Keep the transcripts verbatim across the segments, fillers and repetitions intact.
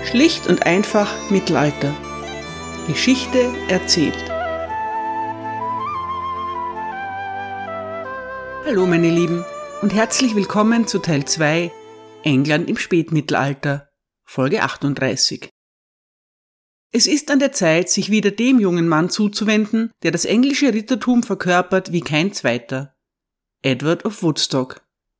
Schlicht und einfach Mittelalter. Geschichte erzählt. Hallo meine Lieben und herzlich willkommen zu Teil zwei England im Spätmittelalter, Folge achtunddreißig. Es ist an der Zeit, sich wieder dem jungen Mann zuzuwenden, der das englische Rittertum verkörpert wie kein zweiter. Edward of Woodstock.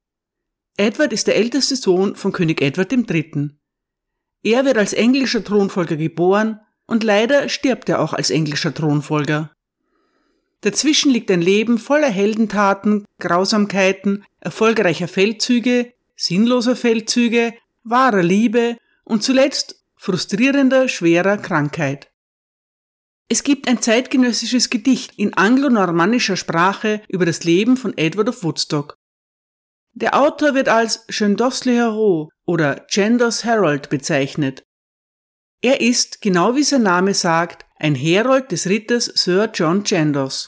Edward ist der älteste Sohn von König Edward der Dritte. Er wird als englischer Thronfolger geboren und leider stirbt er auch als englischer Thronfolger. Dazwischen liegt ein Leben voller Heldentaten, Grausamkeiten, erfolgreicher Feldzüge, sinnloser Feldzüge, wahrer Liebe und zuletzt frustrierender, schwerer Krankheit. Es gibt ein zeitgenössisches Gedicht in anglo-normannischer Sprache über das Leben von Edward of Woodstock. Der Autor wird als Chandos le Héros oder Chandos Herald bezeichnet. Er ist, genau wie sein Name sagt, ein Herold des Ritters Sir John Chandos.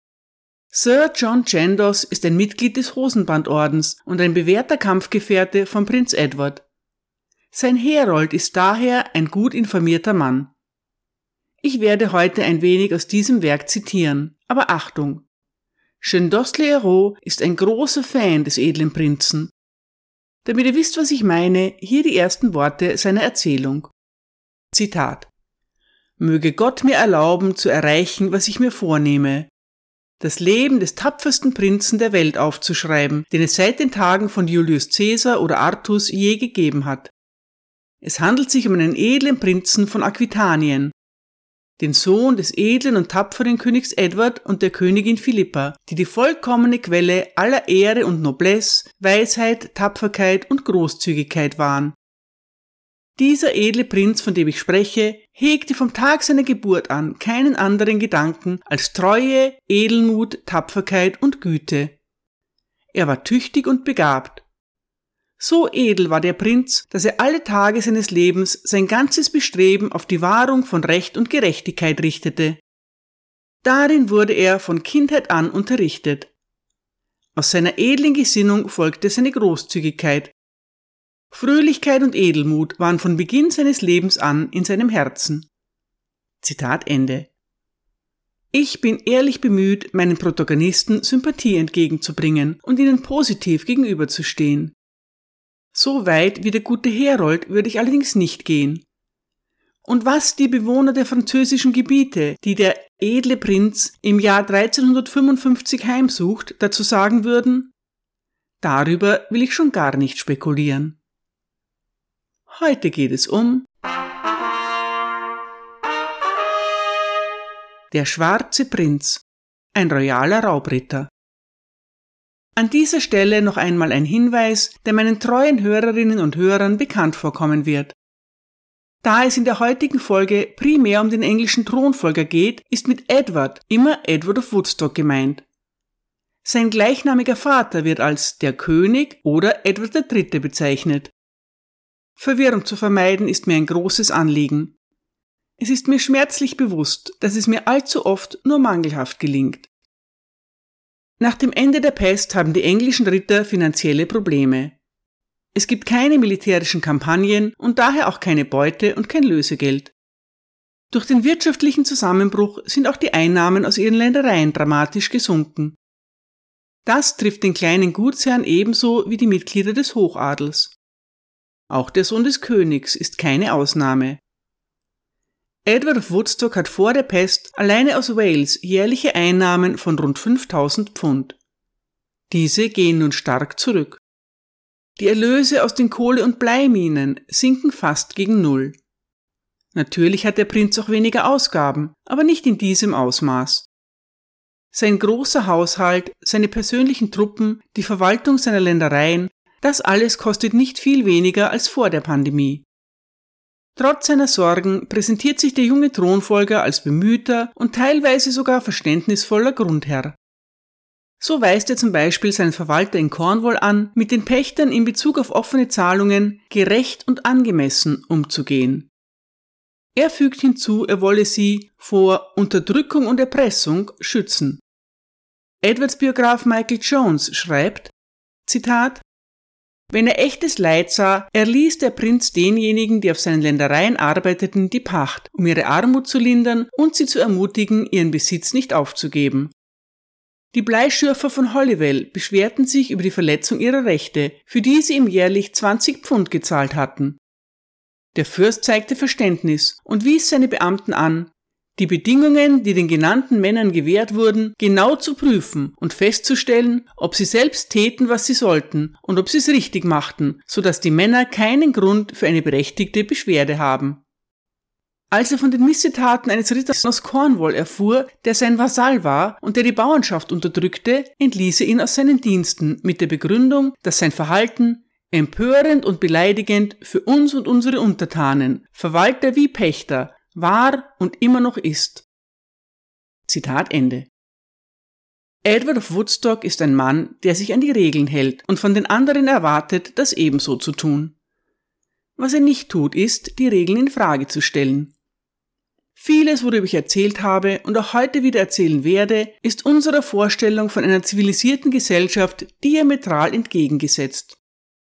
Sir John Chandos ist ein Mitglied des Hosenbandordens und ein bewährter Kampfgefährte von Prinz Edward. Sein Herold ist daher ein gut informierter Mann. Ich werde heute ein wenig aus diesem Werk zitieren, aber Achtung! Chandos le Héros ist ein großer Fan des edlen Prinzen. Damit ihr wisst, was ich meine, hier die ersten Worte seiner Erzählung. Zitat: Möge Gott mir erlauben, zu erreichen, was ich mir vornehme, das Leben des tapfersten Prinzen der Welt aufzuschreiben, den es seit den Tagen von Julius Caesar oder Artus je gegeben hat. Es handelt sich um einen edlen Prinzen von Aquitanien, den Sohn des edlen und tapferen Königs Edward und der Königin Philippa, die die vollkommene Quelle aller Ehre und Noblesse, Weisheit, Tapferkeit und Großzügigkeit waren. Dieser edle Prinz, von dem ich spreche, hegte vom Tag seiner Geburt an keinen anderen Gedanken als Treue, Edelmut, Tapferkeit und Güte. Er war tüchtig und begabt. So edel war der Prinz, dass er alle Tage seines Lebens sein ganzes Bestreben auf die Wahrung von Recht und Gerechtigkeit richtete. Darin wurde er von Kindheit an unterrichtet. Aus seiner edlen Gesinnung folgte seine Großzügigkeit. Fröhlichkeit und Edelmut waren von Beginn seines Lebens an in seinem Herzen. Zitat Ende. Ich bin ehrlich bemüht, meinen Protagonisten Sympathie entgegenzubringen und ihnen positiv gegenüberzustehen. So weit wie der gute Herold würde ich allerdings nicht gehen. Und was die Bewohner der französischen Gebiete, die der edle Prinz im Jahr dreizehnhundertfünfundfünfzig heimsucht, dazu sagen würden, darüber will ich schon gar nicht spekulieren. Heute geht es um Der schwarze Prinz, ein royaler Raubritter. An dieser Stelle noch einmal ein Hinweis, der meinen treuen Hörerinnen und Hörern bekannt vorkommen wird. Da es in der heutigen Folge primär um den englischen Thronfolger geht, ist mit Edward immer Edward of Woodstock gemeint. Sein gleichnamiger Vater wird als der König oder Edward der Dritte bezeichnet. Verwirrung zu vermeiden ist mir ein großes Anliegen. Es ist mir schmerzlich bewusst, dass es mir allzu oft nur mangelhaft gelingt. Nach dem Ende der Pest haben die englischen Ritter finanzielle Probleme. Es gibt keine militärischen Kampagnen und daher auch keine Beute und kein Lösegeld. Durch den wirtschaftlichen Zusammenbruch sind auch die Einnahmen aus ihren Ländereien dramatisch gesunken. Das trifft den kleinen Gutsherrn ebenso wie die Mitglieder des Hochadels. Auch der Sohn des Königs ist keine Ausnahme. Edward of Woodstock hat vor der Pest alleine aus Wales jährliche Einnahmen von rund fünftausend Pfund. Diese gehen nun stark zurück. Die Erlöse aus den Kohle- und Bleiminen sinken fast gegen Null. Natürlich hat der Prinz auch weniger Ausgaben, aber nicht in diesem Ausmaß. Sein großer Haushalt, seine persönlichen Truppen, die Verwaltung seiner Ländereien, das alles kostet nicht viel weniger als vor der Pandemie. Trotz seiner Sorgen präsentiert sich der junge Thronfolger als bemühter und teilweise sogar verständnisvoller Grundherr. So weist er zum Beispiel seinen Verwalter in Cornwall an, mit den Pächtern in Bezug auf offene Zahlungen gerecht und angemessen umzugehen. Er fügt hinzu, er wolle sie vor Unterdrückung und Erpressung schützen. Edwards Biograf Michael Jones schreibt, Zitat: Wenn er echtes Leid sah, erließ der Prinz denjenigen, die auf seinen Ländereien arbeiteten, die Pacht, um ihre Armut zu lindern und sie zu ermutigen, ihren Besitz nicht aufzugeben. Die Bleischürfer von Holywell beschwerten sich über die Verletzung ihrer Rechte, für die sie ihm jährlich zwanzig Pfund gezahlt hatten. Der Fürst zeigte Verständnis und wies seine Beamten an, die Bedingungen, die den genannten Männern gewährt wurden, genau zu prüfen und festzustellen, ob sie selbst täten, was sie sollten und ob sie es richtig machten, so dass die Männer keinen Grund für eine berechtigte Beschwerde haben. Als er von den Missetaten eines Ritters aus Cornwall erfuhr, der sein Vasall war und der die Bauernschaft unterdrückte, entließ er ihn aus seinen Diensten mit der Begründung, dass sein Verhalten empörend und beleidigend für uns und unsere Untertanen, Verwalter wie Pächter, war und immer noch ist. Zitat Ende. Edward of Woodstock ist ein Mann, der sich an die Regeln hält und von den anderen erwartet, das ebenso zu tun. Was er nicht tut, ist, die Regeln in Frage zu stellen. Vieles, worüber ich erzählt habe und auch heute wieder erzählen werde, ist unserer Vorstellung von einer zivilisierten Gesellschaft diametral entgegengesetzt.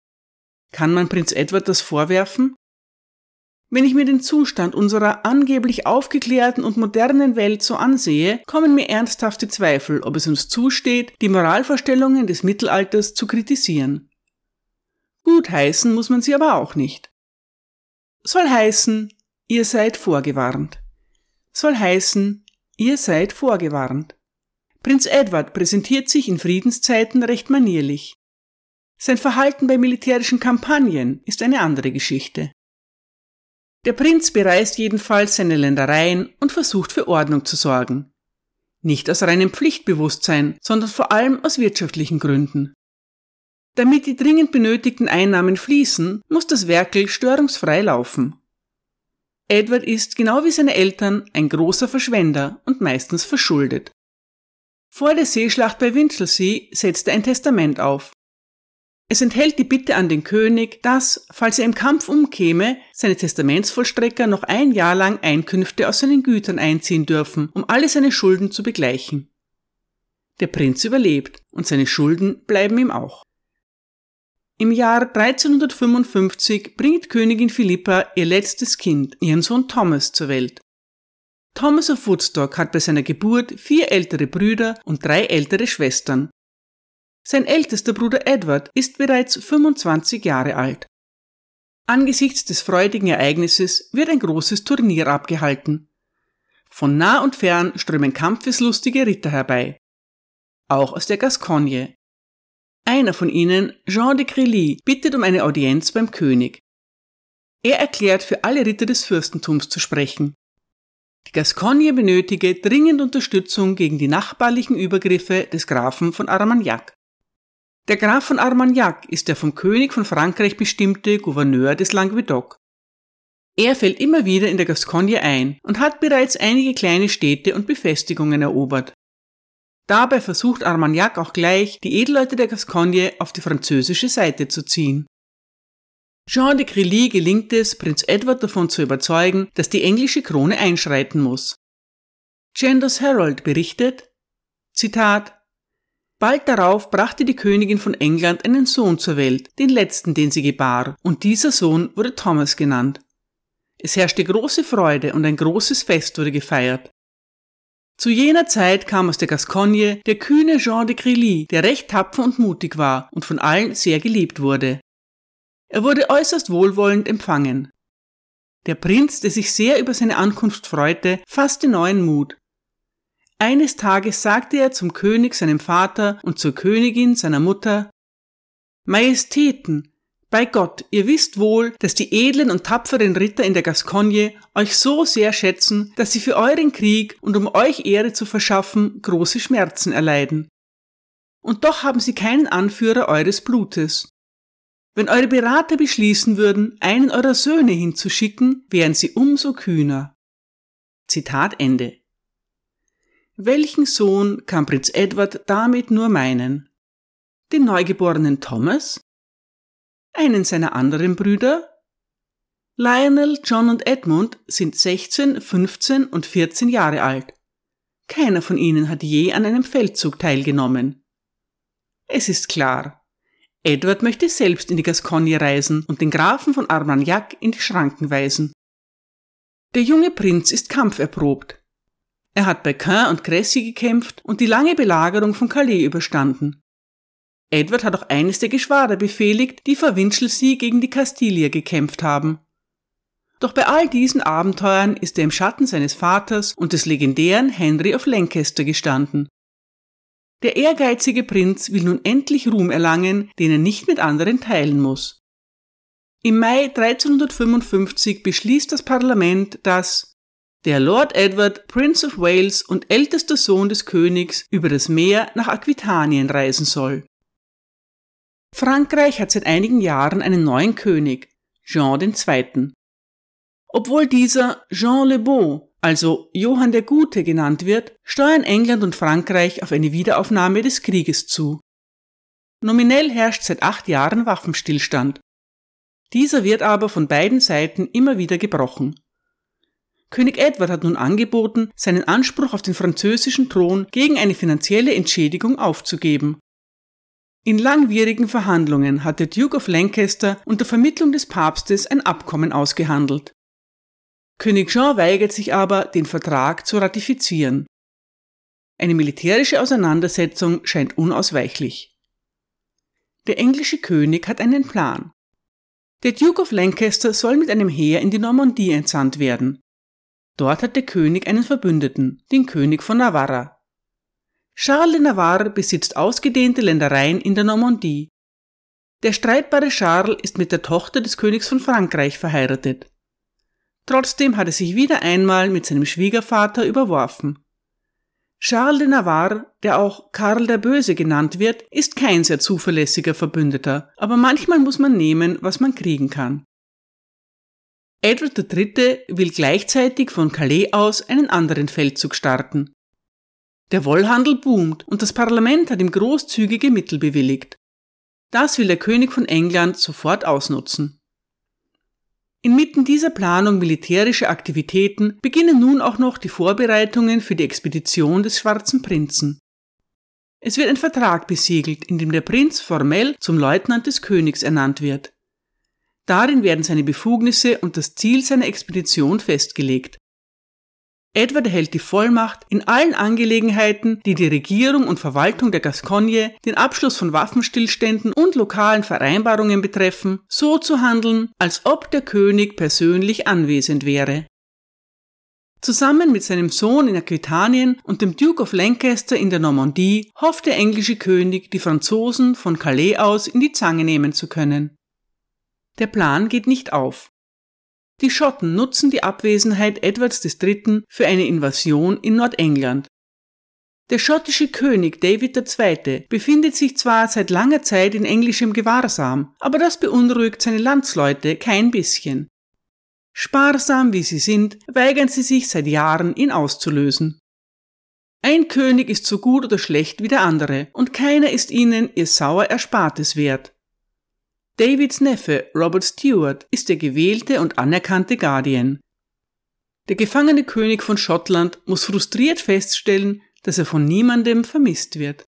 Kann man Prinz Edward das vorwerfen? Wenn ich mir den Zustand unserer angeblich aufgeklärten und modernen Welt so ansehe, kommen mir ernsthafte Zweifel, ob es uns zusteht, die Moralvorstellungen des Mittelalters zu kritisieren. Gutheißen muss man sie aber auch nicht. Soll heißen, ihr seid vorgewarnt. Soll heißen, ihr seid vorgewarnt. Prinz Edward präsentiert sich in Friedenszeiten recht manierlich. Sein Verhalten bei militärischen Kampagnen ist eine andere Geschichte. Der Prinz bereist jedenfalls seine Ländereien und versucht für Ordnung zu sorgen. Nicht aus reinem Pflichtbewusstsein, sondern vor allem aus wirtschaftlichen Gründen. Damit die dringend benötigten Einnahmen fließen, muss das Werkel störungsfrei laufen. Edward ist, genau wie seine Eltern, ein großer Verschwender und meistens verschuldet. Vor der Seeschlacht bei Winchelsea setzt er ein Testament auf. Es enthält die Bitte an den König, dass, falls er im Kampf umkäme, seine Testamentsvollstrecker noch ein Jahr lang Einkünfte aus seinen Gütern einziehen dürfen, um alle seine Schulden zu begleichen. Der Prinz überlebt und seine Schulden bleiben ihm auch. Im Jahr dreizehnhundertfünfundfünfzig bringt Königin Philippa ihr letztes Kind, ihren Sohn Thomas, zur Welt. Thomas of Woodstock hat bei seiner Geburt vier ältere Brüder und drei ältere Schwestern. Sein ältester Bruder Edward ist bereits fünfundzwanzig Jahre alt. Angesichts des freudigen Ereignisses wird ein großes Turnier abgehalten. Von nah und fern strömen kampfeslustige Ritter herbei. Auch aus der Gascogne. Einer von ihnen, Jean de Crély, bittet um eine Audienz beim König. Er erklärt, für alle Ritter des Fürstentums zu sprechen. Die Gascogne benötige dringend Unterstützung gegen die nachbarlichen Übergriffe des Grafen von Armagnac. Der Graf von Armagnac ist der vom König von Frankreich bestimmte Gouverneur des Languedoc. Er fällt immer wieder in der Gascogne ein und hat bereits einige kleine Städte und Befestigungen erobert. Dabei versucht Armagnac auch gleich, die Edelleute der Gascogne auf die französische Seite zu ziehen. Jean de Crély gelingt es, Prinz Edward davon zu überzeugen, dass die englische Krone einschreiten muss. Chandos Herald berichtet, Zitat, bald darauf brachte die Königin von England einen Sohn zur Welt, den letzten, den sie gebar, und dieser Sohn wurde Thomas genannt. Es herrschte große Freude und ein großes Fest wurde gefeiert. Zu jener Zeit kam aus der Gascogne der kühne Jean de Crély, der recht tapfer und mutig war und von allen sehr geliebt wurde. Er wurde äußerst wohlwollend empfangen. Der Prinz, der sich sehr über seine Ankunft freute, fasste neuen Mut. Eines Tages sagte er zum König, seinem Vater, und zur Königin, seiner Mutter, Majestäten, bei Gott, ihr wisst wohl, dass die edlen und tapferen Ritter in der Gascogne euch so sehr schätzen, dass sie für euren Krieg und um euch Ehre zu verschaffen, große Schmerzen erleiden. Und doch haben sie keinen Anführer eures Blutes. Wenn eure Berater beschließen würden, einen eurer Söhne hinzuschicken, wären sie umso kühner. Zitat Ende. Welchen Sohn kann Prinz Edward damit nur meinen? Den neugeborenen Thomas? Einen seiner anderen Brüder? Lionel, John und Edmund sind sechzehn, fünfzehn und vierzehn Jahre alt. Keiner von ihnen hat je an einem Feldzug teilgenommen. Es ist klar, Edward möchte selbst in die Gascogne reisen und den Grafen von Armagnac in die Schranken weisen. Der junge Prinz ist kampferprobt. Er hat bei Caen und Crécy gekämpft und die lange Belagerung von Calais überstanden. Edward hat auch eines der Geschwader befehligt, die vor Winchelsea gegen die Kastilier gekämpft haben. Doch bei all diesen Abenteuern ist er im Schatten seines Vaters und des legendären Henry of Lancaster gestanden. Der ehrgeizige Prinz will nun endlich Ruhm erlangen, den er nicht mit anderen teilen muss. Im Mai dreizehnhundertfünfundfünfzig beschließt das Parlament, dass der Lord Edward, Prince of Wales und ältester Sohn des Königs, über das Meer nach Aquitanien reisen soll. Frankreich hat seit einigen Jahren einen neuen König, Jean der Zweite. Obwohl dieser Jean le Bon, also Johann der Gute genannt wird, steuern England und Frankreich auf eine Wiederaufnahme des Krieges zu. Nominell herrscht seit acht Jahren Waffenstillstand. Dieser wird aber von beiden Seiten immer wieder gebrochen. König Edward hat nun angeboten, seinen Anspruch auf den französischen Thron gegen eine finanzielle Entschädigung aufzugeben. In langwierigen Verhandlungen hat der Duke of Lancaster unter Vermittlung des Papstes ein Abkommen ausgehandelt. König Jean weigert sich aber, den Vertrag zu ratifizieren. Eine militärische Auseinandersetzung scheint unausweichlich. Der englische König hat einen Plan. Der Duke of Lancaster soll mit einem Heer in die Normandie entsandt werden. Dort hat der König einen Verbündeten, den König von Navarra. Charles de Navarre besitzt ausgedehnte Ländereien in der Normandie. Der streitbare Charles ist mit der Tochter des Königs von Frankreich verheiratet. Trotzdem hat er sich wieder einmal mit seinem Schwiegervater überworfen. Charles de Navarre, der auch Karl der Böse genannt wird, ist kein sehr zuverlässiger Verbündeter, aber manchmal muss man nehmen, was man kriegen kann. Edward der Dritte will gleichzeitig von Calais aus einen anderen Feldzug starten. Der Wollhandel boomt und das Parlament hat ihm großzügige Mittel bewilligt. Das will der König von England sofort ausnutzen. Inmitten dieser Planung militärischer Aktivitäten beginnen nun auch noch die Vorbereitungen für die Expedition des Schwarzen Prinzen. Es wird ein Vertrag besiegelt, in dem der Prinz formell zum Leutnant des Königs ernannt wird. Darin werden seine Befugnisse und das Ziel seiner Expedition festgelegt. Edward erhält die Vollmacht, in allen Angelegenheiten, die die Regierung und Verwaltung der Gascogne, den Abschluss von Waffenstillständen und lokalen Vereinbarungen betreffen, so zu handeln, als ob der König persönlich anwesend wäre. Zusammen mit seinem Sohn in Aquitanien und dem Duke of Lancaster in der Normandie hofft der englische König, die Franzosen von Calais aus in die Zange nehmen zu können. Der Plan geht nicht auf. Die Schotten nutzen die Abwesenheit Edwards des Dritten für eine Invasion in Nordengland. Der schottische König David der Zweite befindet sich zwar seit langer Zeit in englischem Gewahrsam, aber das beunruhigt seine Landsleute kein bisschen. Sparsam wie sie sind, weigern sie sich seit Jahren, ihn auszulösen. Ein König ist so gut oder schlecht wie der andere, und keiner ist ihnen ihr sauer Erspartes wert. Davids Neffe Robert Stewart ist der gewählte und anerkannte Guardian. Der gefangene König von Schottland muss frustriert feststellen, dass er von niemandem vermisst wird.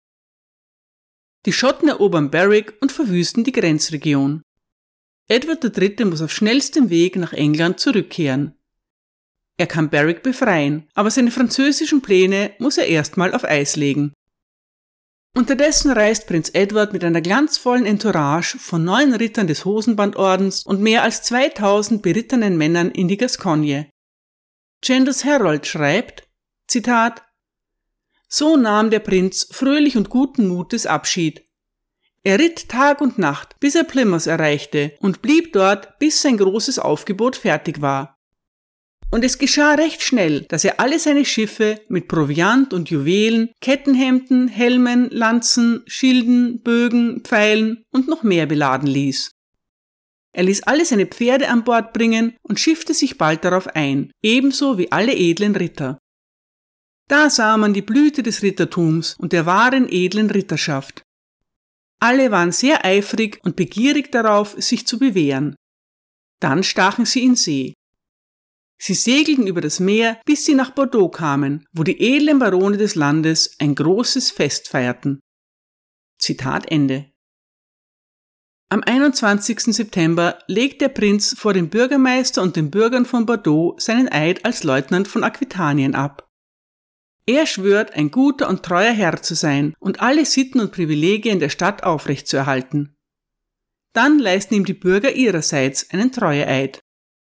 Die Schotten erobern Berwick und verwüsten die Grenzregion. Edward der Dritte muss auf schnellstem Weg nach England zurückkehren. Er kann Berwick befreien, aber seine französischen Pläne muss er erstmal auf Eis legen. Unterdessen reist Prinz Edward mit einer glanzvollen Entourage von neun Rittern des Hosenbandordens und mehr als zweitausend berittenen Männern in die Gascogne. Chandos Herald schreibt, Zitat, so nahm der Prinz fröhlich und guten Mutes Abschied. Er ritt Tag und Nacht, bis er Plymouth erreichte und blieb dort, bis sein großes Aufgebot fertig war. Und es geschah recht schnell, dass er alle seine Schiffe mit Proviant und Juwelen, Kettenhemden, Helmen, Lanzen, Schilden, Bögen, Pfeilen und noch mehr beladen ließ. Er ließ alle seine Pferde an Bord bringen und schiffte sich bald darauf ein, ebenso wie alle edlen Ritter. Da sah man die Blüte des Rittertums und der wahren edlen Ritterschaft. Alle waren sehr eifrig und begierig darauf, sich zu bewähren. Dann stachen sie in See. Sie segelten über das Meer, bis sie nach Bordeaux kamen, wo die edlen Barone des Landes ein großes Fest feierten. Zitat Ende. Am einundzwanzigsten September legt der Prinz vor dem Bürgermeister und den Bürgern von Bordeaux seinen Eid als Leutnant von Aquitanien ab. Er schwört, ein guter und treuer Herr zu sein und alle Sitten und Privilegien der Stadt aufrechtzuerhalten. Dann leisten ihm die Bürger ihrerseits einen Treueeid.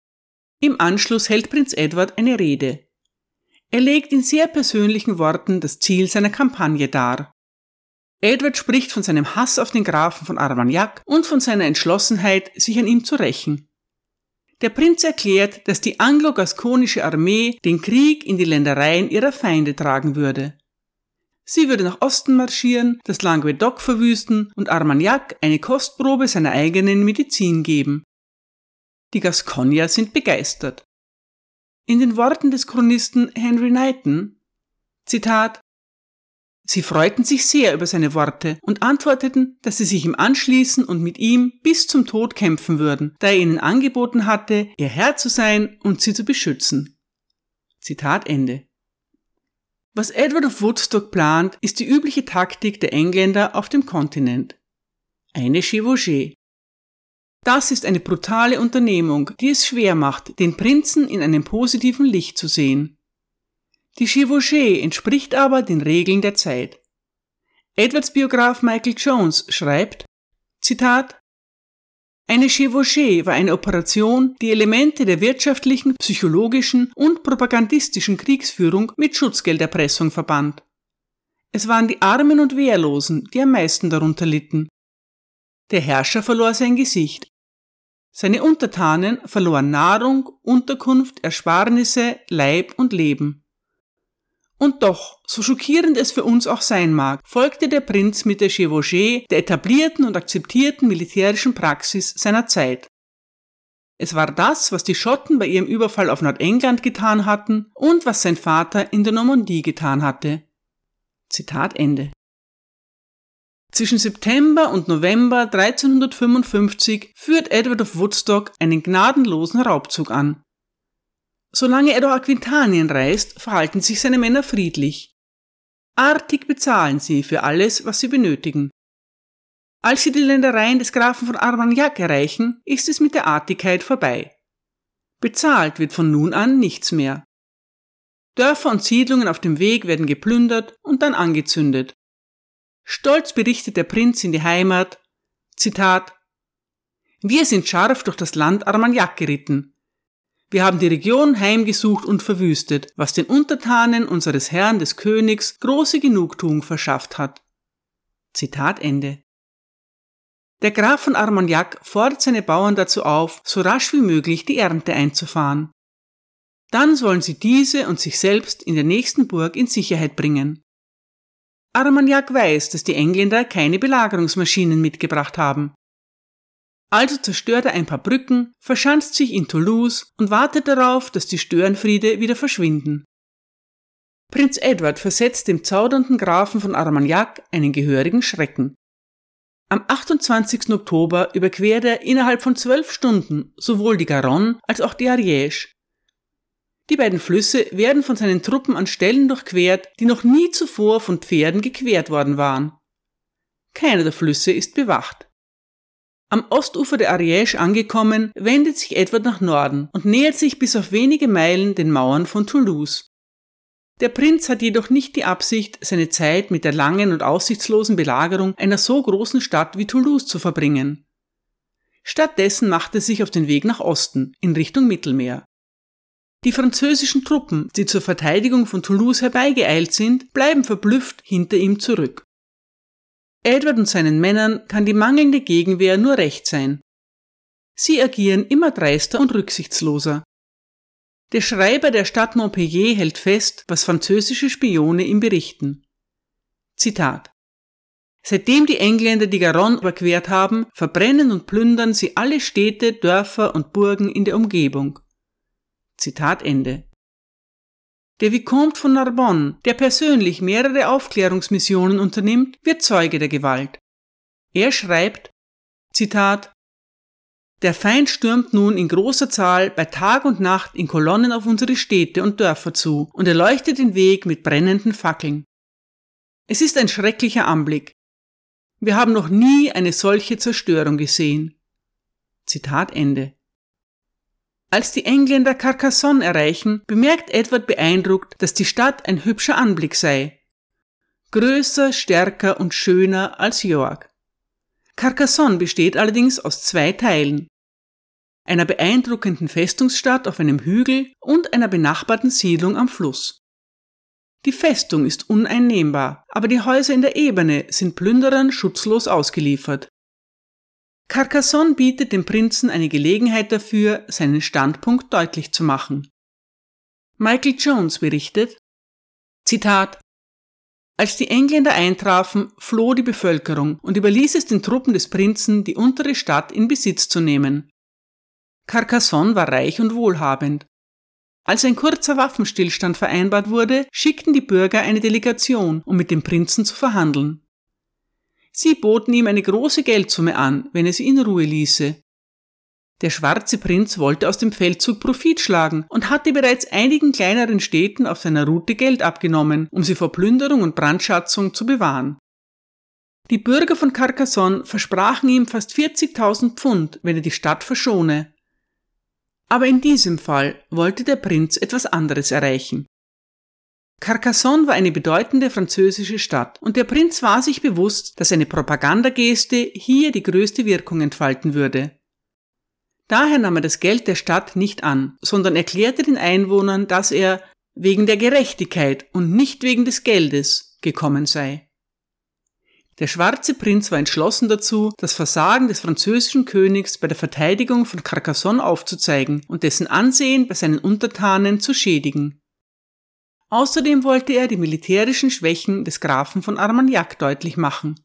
Im Anschluss hält Prinz Edward eine Rede. Er legt in sehr persönlichen Worten das Ziel seiner Kampagne dar. Edward spricht von seinem Hass auf den Grafen von Armagnac und von seiner Entschlossenheit, sich an ihm zu rächen. Der Prinz erklärt, dass die anglo-gaskonische Armee den Krieg in die Ländereien ihrer Feinde tragen würde. Sie würde nach Osten marschieren, das Languedoc verwüsten und Armagnac eine Kostprobe seiner eigenen Medizin geben. Die Gascogner sind begeistert. In den Worten des Chronisten Henry Knighton, Zitat, sie freuten sich sehr über seine Worte und antworteten, dass sie sich ihm anschließen und mit ihm bis zum Tod kämpfen würden, da er ihnen angeboten hatte, ihr Herr zu sein und sie zu beschützen. Zitat Ende. Was Edward of Woodstock plant, ist die übliche Taktik der Engländer auf dem Kontinent. Eine Chevauchée. Das ist eine brutale Unternehmung, die es schwer macht, den Prinzen in einem positiven Licht zu sehen. Die Chevauchée entspricht aber den Regeln der Zeit. Edwards Biograf Michael Jones schreibt, Zitat, eine Chevauchée war eine Operation, die Elemente der wirtschaftlichen, psychologischen und propagandistischen Kriegsführung mit Schutzgelderpressung verband. Es waren die Armen und Wehrlosen, die am meisten darunter litten. Der Herrscher verlor sein Gesicht. Seine Untertanen verloren Nahrung, Unterkunft, Ersparnisse, Leib und Leben. Und doch, so schockierend es für uns auch sein mag, folgte der Prinz mit der Chevauchée der etablierten und akzeptierten militärischen Praxis seiner Zeit. Es war das, was die Schotten bei ihrem Überfall auf Nordengland getan hatten und was sein Vater in der Normandie getan hatte. Zitat Ende. Zwischen September und November dreizehnhundertfünfundfünfzig führt Edward of Woodstock einen gnadenlosen Raubzug an. Solange er durch Aquitanien reist, verhalten sich seine Männer friedlich. Artig bezahlen sie für alles, was sie benötigen. Als sie die Ländereien des Grafen von Armagnac erreichen, ist es mit der Artigkeit vorbei. Bezahlt wird von nun an nichts mehr. Dörfer und Siedlungen auf dem Weg werden geplündert und dann angezündet. Stolz berichtet der Prinz in die Heimat, Zitat, wir sind scharf durch das Land Armagnac geritten. Wir haben die Region heimgesucht und verwüstet, was den Untertanen unseres Herrn des Königs große Genugtuung verschafft hat. Zitat Ende. Der Graf von Armagnac fordert seine Bauern dazu auf, so rasch wie möglich die Ernte einzufahren. Dann sollen sie diese und sich selbst in der nächsten Burg in Sicherheit bringen. Armagnac weiß, dass die Engländer keine Belagerungsmaschinen mitgebracht haben. Also zerstört er ein paar Brücken, verschanzt sich in Toulouse und wartet darauf, dass die Störenfriede wieder verschwinden. Prinz Edward versetzt dem zaudernden Grafen von Armagnac einen gehörigen Schrecken. Am achtundzwanzigsten Oktober überquert er innerhalb von zwölf Stunden sowohl die Garonne als auch die Ariège. Die beiden Flüsse werden von seinen Truppen an Stellen durchquert, die noch nie zuvor von Pferden gequert worden waren. Keiner der Flüsse ist bewacht. Am Ostufer der Ariège angekommen, wendet sich Edward nach Norden und nähert sich bis auf wenige Meilen den Mauern von Toulouse. Der Prinz hat jedoch nicht die Absicht, seine Zeit mit der langen und aussichtslosen Belagerung einer so großen Stadt wie Toulouse zu verbringen. Stattdessen macht er sich auf den Weg nach Osten, in Richtung Mittelmeer. Die französischen Truppen, die zur Verteidigung von Toulouse herbeigeeilt sind, bleiben verblüfft hinter ihm zurück. Edward und seinen Männern kann die mangelnde Gegenwehr nur recht sein. Sie agieren immer dreister und rücksichtsloser. Der Schreiber der Stadt Montpellier hält fest, was französische Spione ihm berichten. Zitat: Seitdem die Engländer die Garonne überquert haben, verbrennen und plündern sie alle Städte, Dörfer und Burgen in der Umgebung. Zitat Ende. Der Vicomte von Narbonne, der persönlich mehrere Aufklärungsmissionen unternimmt, wird Zeuge der Gewalt. Er schreibt, Zitat, der Feind stürmt nun in großer Zahl bei Tag und Nacht in Kolonnen auf unsere Städte und Dörfer zu und erleuchtet den Weg mit brennenden Fackeln. Es ist ein schrecklicher Anblick. Wir haben noch nie eine solche Zerstörung gesehen. Zitat Ende. Als die Engländer Carcassonne erreichen, bemerkt Edward beeindruckt, dass die Stadt ein hübscher Anblick sei. Größer, stärker und schöner als York. Carcassonne besteht allerdings aus zwei Teilen. Einer beeindruckenden Festungsstadt auf einem Hügel und einer benachbarten Siedlung am Fluss. Die Festung ist uneinnehmbar, aber die Häuser in der Ebene sind Plünderern schutzlos ausgeliefert. Carcassonne bietet dem Prinzen eine Gelegenheit dafür, seinen Standpunkt deutlich zu machen. Michael Jones berichtet, Zitat: Als die Engländer eintrafen, floh die Bevölkerung und überließ es den Truppen des Prinzen, die untere Stadt in Besitz zu nehmen. Carcassonne war reich und wohlhabend. Als ein kurzer Waffenstillstand vereinbart wurde, schickten die Bürger eine Delegation, um mit dem Prinzen zu verhandeln. Sie boten ihm eine große Geldsumme an, wenn er sie in Ruhe ließe. Der schwarze Prinz wollte aus dem Feldzug Profit schlagen und hatte bereits einigen kleineren Städten auf seiner Route Geld abgenommen, um sie vor Plünderung und Brandschatzung zu bewahren. Die Bürger von Carcassonne versprachen ihm fast vierzigtausend Pfund, wenn er die Stadt verschone. Aber in diesem Fall wollte der Prinz etwas anderes erreichen. Carcassonne war eine bedeutende französische Stadt und der Prinz war sich bewusst, dass eine Propagandageste hier die größte Wirkung entfalten würde. Daher nahm er das Geld der Stadt nicht an, sondern erklärte den Einwohnern, dass er wegen der Gerechtigkeit und nicht wegen des Geldes gekommen sei. Der schwarze Prinz war entschlossen dazu, das Versagen des französischen Königs bei der Verteidigung von Carcassonne aufzuzeigen und dessen Ansehen bei seinen Untertanen zu schädigen. Außerdem wollte er die militärischen Schwächen des Grafen von Armagnac deutlich machen.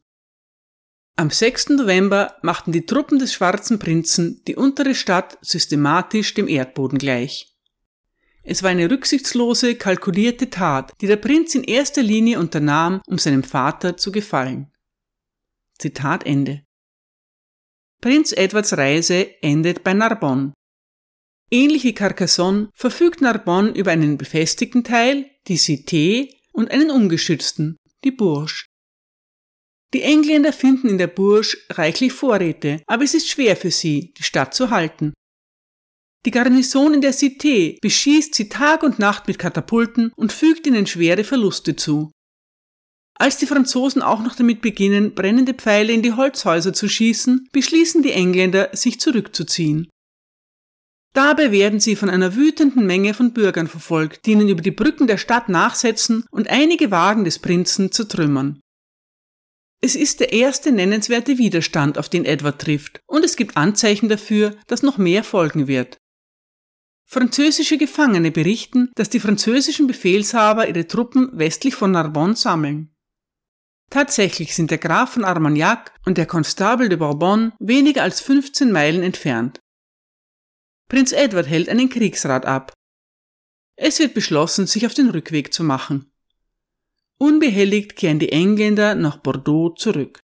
Am sechsten November machten die Truppen des schwarzen Prinzen die untere Stadt systematisch dem Erdboden gleich. Es war eine rücksichtslose, kalkulierte Tat, die der Prinz in erster Linie unternahm, um seinem Vater zu gefallen. Zitat Ende. Prinz Edwards Reise endet bei Narbonne. Ähnlich wie Carcassonne verfügt Narbonne über einen befestigten Teil, die Cité, und einen ungeschützten, die Bourge. Die Engländer finden in der Bourge reichlich Vorräte, aber es ist schwer für sie, die Stadt zu halten. Die Garnison in der Cité beschießt sie Tag und Nacht mit Katapulten und fügt ihnen schwere Verluste zu. Als die Franzosen auch noch damit beginnen, brennende Pfeile in die Holzhäuser zu schießen, beschließen die Engländer, sich zurückzuziehen. Dabei werden sie von einer wütenden Menge von Bürgern verfolgt, die ihnen über die Brücken der Stadt nachsetzen und einige Wagen des Prinzen zertrümmern. Es ist der erste nennenswerte Widerstand, auf den Edward trifft, und es gibt Anzeichen dafür, dass noch mehr folgen wird. Französische Gefangene berichten, dass die französischen Befehlshaber ihre Truppen westlich von Narbonne sammeln. Tatsächlich sind der Graf von Armagnac und der Constable de Bourbon weniger als fünfzehn Meilen entfernt. Prinz Edward hält einen Kriegsrat ab. Es wird beschlossen, sich auf den Rückweg zu machen. Unbehelligt kehren die Engländer nach Bordeaux zurück.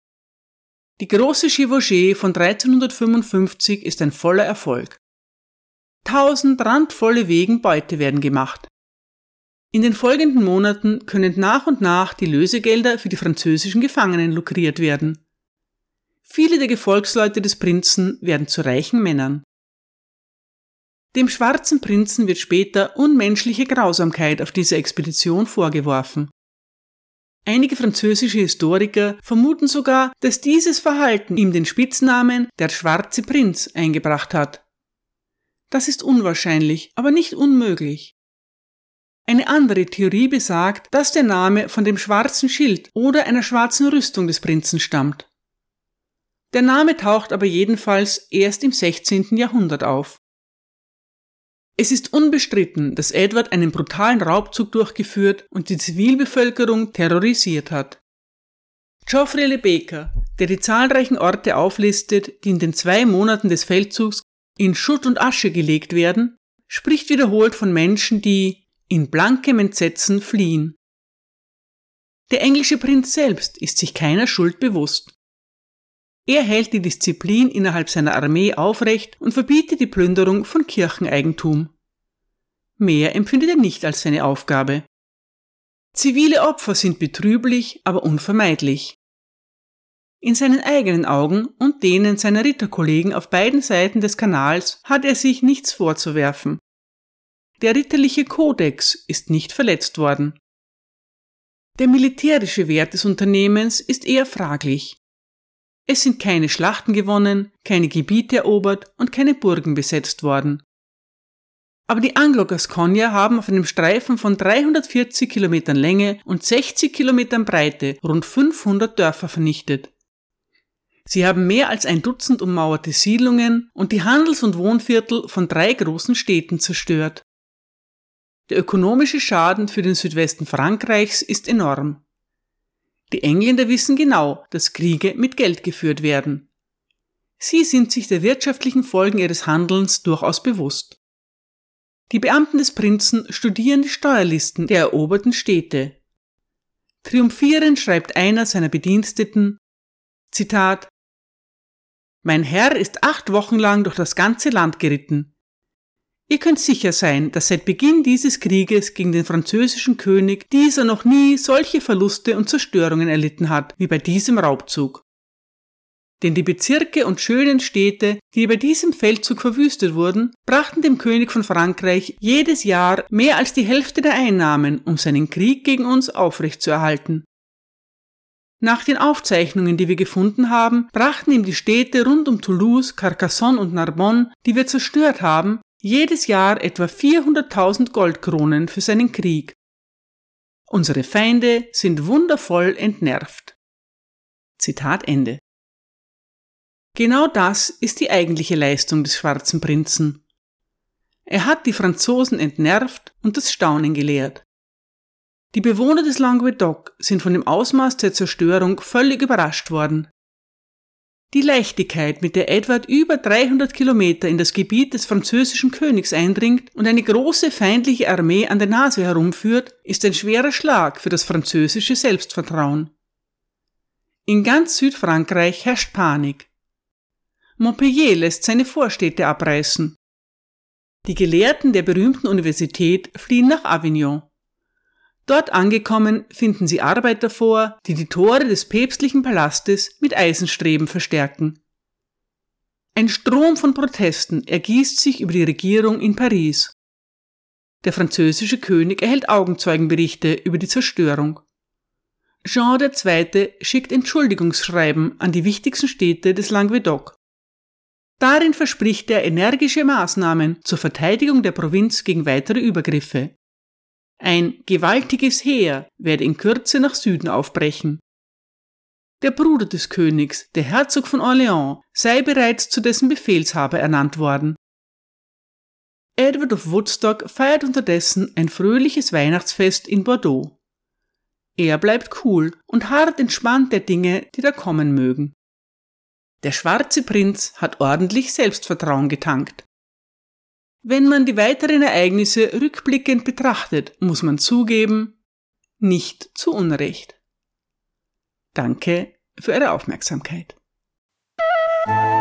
Die große Chevauchée von dreizehnhundertfünfundfünfzig ist ein voller Erfolg. Tausend randvolle Wegen Beute werden gemacht. In den folgenden Monaten können nach und nach die Lösegelder für die französischen Gefangenen lukriert werden. Viele der Gefolgsleute des Prinzen werden zu reichen Männern. Dem schwarzen Prinzen wird später unmenschliche Grausamkeit auf dieser Expedition vorgeworfen. Einige französische Historiker vermuten sogar, dass dieses Verhalten ihm den Spitznamen der schwarze Prinz eingebracht hat. Das ist unwahrscheinlich, aber nicht unmöglich. Eine andere Theorie besagt, dass der Name von dem schwarzen Schild oder einer schwarzen Rüstung des Prinzen stammt. Der Name taucht aber jedenfalls erst im sechzehnten Jahrhundert auf. Es ist unbestritten, dass Edward einen brutalen Raubzug durchgeführt und die Zivilbevölkerung terrorisiert hat. Geoffrey Le Baker, der die zahlreichen Orte auflistet, die in den zwei Monaten des Feldzugs in Schutt und Asche gelegt werden, spricht wiederholt von Menschen, die in blankem Entsetzen fliehen. Der englische Prinz selbst ist sich keiner Schuld bewusst. Er hält die Disziplin innerhalb seiner Armee aufrecht und verbietet die Plünderung von Kircheneigentum. Mehr empfindet er nicht als seine Aufgabe. Zivile Opfer sind betrüblich, aber unvermeidlich. In seinen eigenen Augen und denen seiner Ritterkollegen auf beiden Seiten des Kanals hat er sich nichts vorzuwerfen. Der ritterliche Kodex ist nicht verletzt worden. Der militärische Wert des Unternehmens ist eher fraglich. Es sind keine Schlachten gewonnen, keine Gebiete erobert und keine Burgen besetzt worden. Aber die Anglo-Gascogner haben auf einem Streifen von dreihundertvierzig Kilometern Länge und sechzig Kilometern Breite rund fünfhundert Dörfer vernichtet. Sie haben mehr als ein Dutzend ummauerte Siedlungen und die Handels- und Wohnviertel von drei großen Städten zerstört. Der ökonomische Schaden für den Südwesten Frankreichs ist enorm. Die Engländer wissen genau, dass Kriege mit Geld geführt werden. Sie sind sich der wirtschaftlichen Folgen ihres Handelns durchaus bewusst. Die Beamten des Prinzen studieren die Steuerlisten der eroberten Städte. Triumphierend schreibt einer seiner Bediensteten, Zitat, »Mein Herr ist acht Wochen lang durch das ganze Land geritten. Ihr könnt sicher sein, dass seit Beginn dieses Krieges gegen den französischen König dieser noch nie solche Verluste und Zerstörungen erlitten hat wie bei diesem Raubzug. Denn die Bezirke und schönen Städte, die bei diesem Feldzug verwüstet wurden, brachten dem König von Frankreich jedes Jahr mehr als die Hälfte der Einnahmen, um seinen Krieg gegen uns aufrechtzuerhalten. Nach den Aufzeichnungen, die wir gefunden haben, brachten ihm die Städte rund um Toulouse, Carcassonne und Narbonne, die wir zerstört haben, jedes Jahr etwa vierhunderttausend Goldkronen für seinen Krieg. Unsere Feinde sind wundervoll entnervt.« Zitat Ende. Genau das ist die eigentliche Leistung des Schwarzen Prinzen. Er hat die Franzosen entnervt und das Staunen gelehrt. Die Bewohner des Languedoc sind von dem Ausmaß der Zerstörung völlig überrascht worden. Die Leichtigkeit, mit der Edward über dreihundert Kilometer in das Gebiet des französischen Königs eindringt und eine große feindliche Armee an der Nase herumführt, ist ein schwerer Schlag für das französische Selbstvertrauen. In ganz Südfrankreich herrscht Panik. Montpellier lässt seine Vorstädte abreißen. Die Gelehrten der berühmten Universität fliehen nach Avignon. Dort angekommen finden sie Arbeiter vor, die die Tore des päpstlichen Palastes mit Eisenstreben verstärken. Ein Strom von Protesten ergießt sich über die Regierung in Paris. Der französische König erhält Augenzeugenberichte über die Zerstörung. Jean der Zweite schickt Entschuldigungsschreiben an die wichtigsten Städte des Languedoc. Darin verspricht er energische Maßnahmen zur Verteidigung der Provinz gegen weitere Übergriffe. Ein gewaltiges Heer werde in Kürze nach Süden aufbrechen. Der Bruder des Königs, der Herzog von Orléans, sei bereits zu dessen Befehlshaber ernannt worden. Edward of Woodstock feiert unterdessen ein fröhliches Weihnachtsfest in Bordeaux. Er bleibt cool und harrt entspannt der Dinge, die da kommen mögen. Der schwarze Prinz hat ordentlich Selbstvertrauen getankt. Wenn man die weiteren Ereignisse rückblickend betrachtet, muss man zugeben, nicht zu Unrecht. Danke für Ihre Aufmerksamkeit.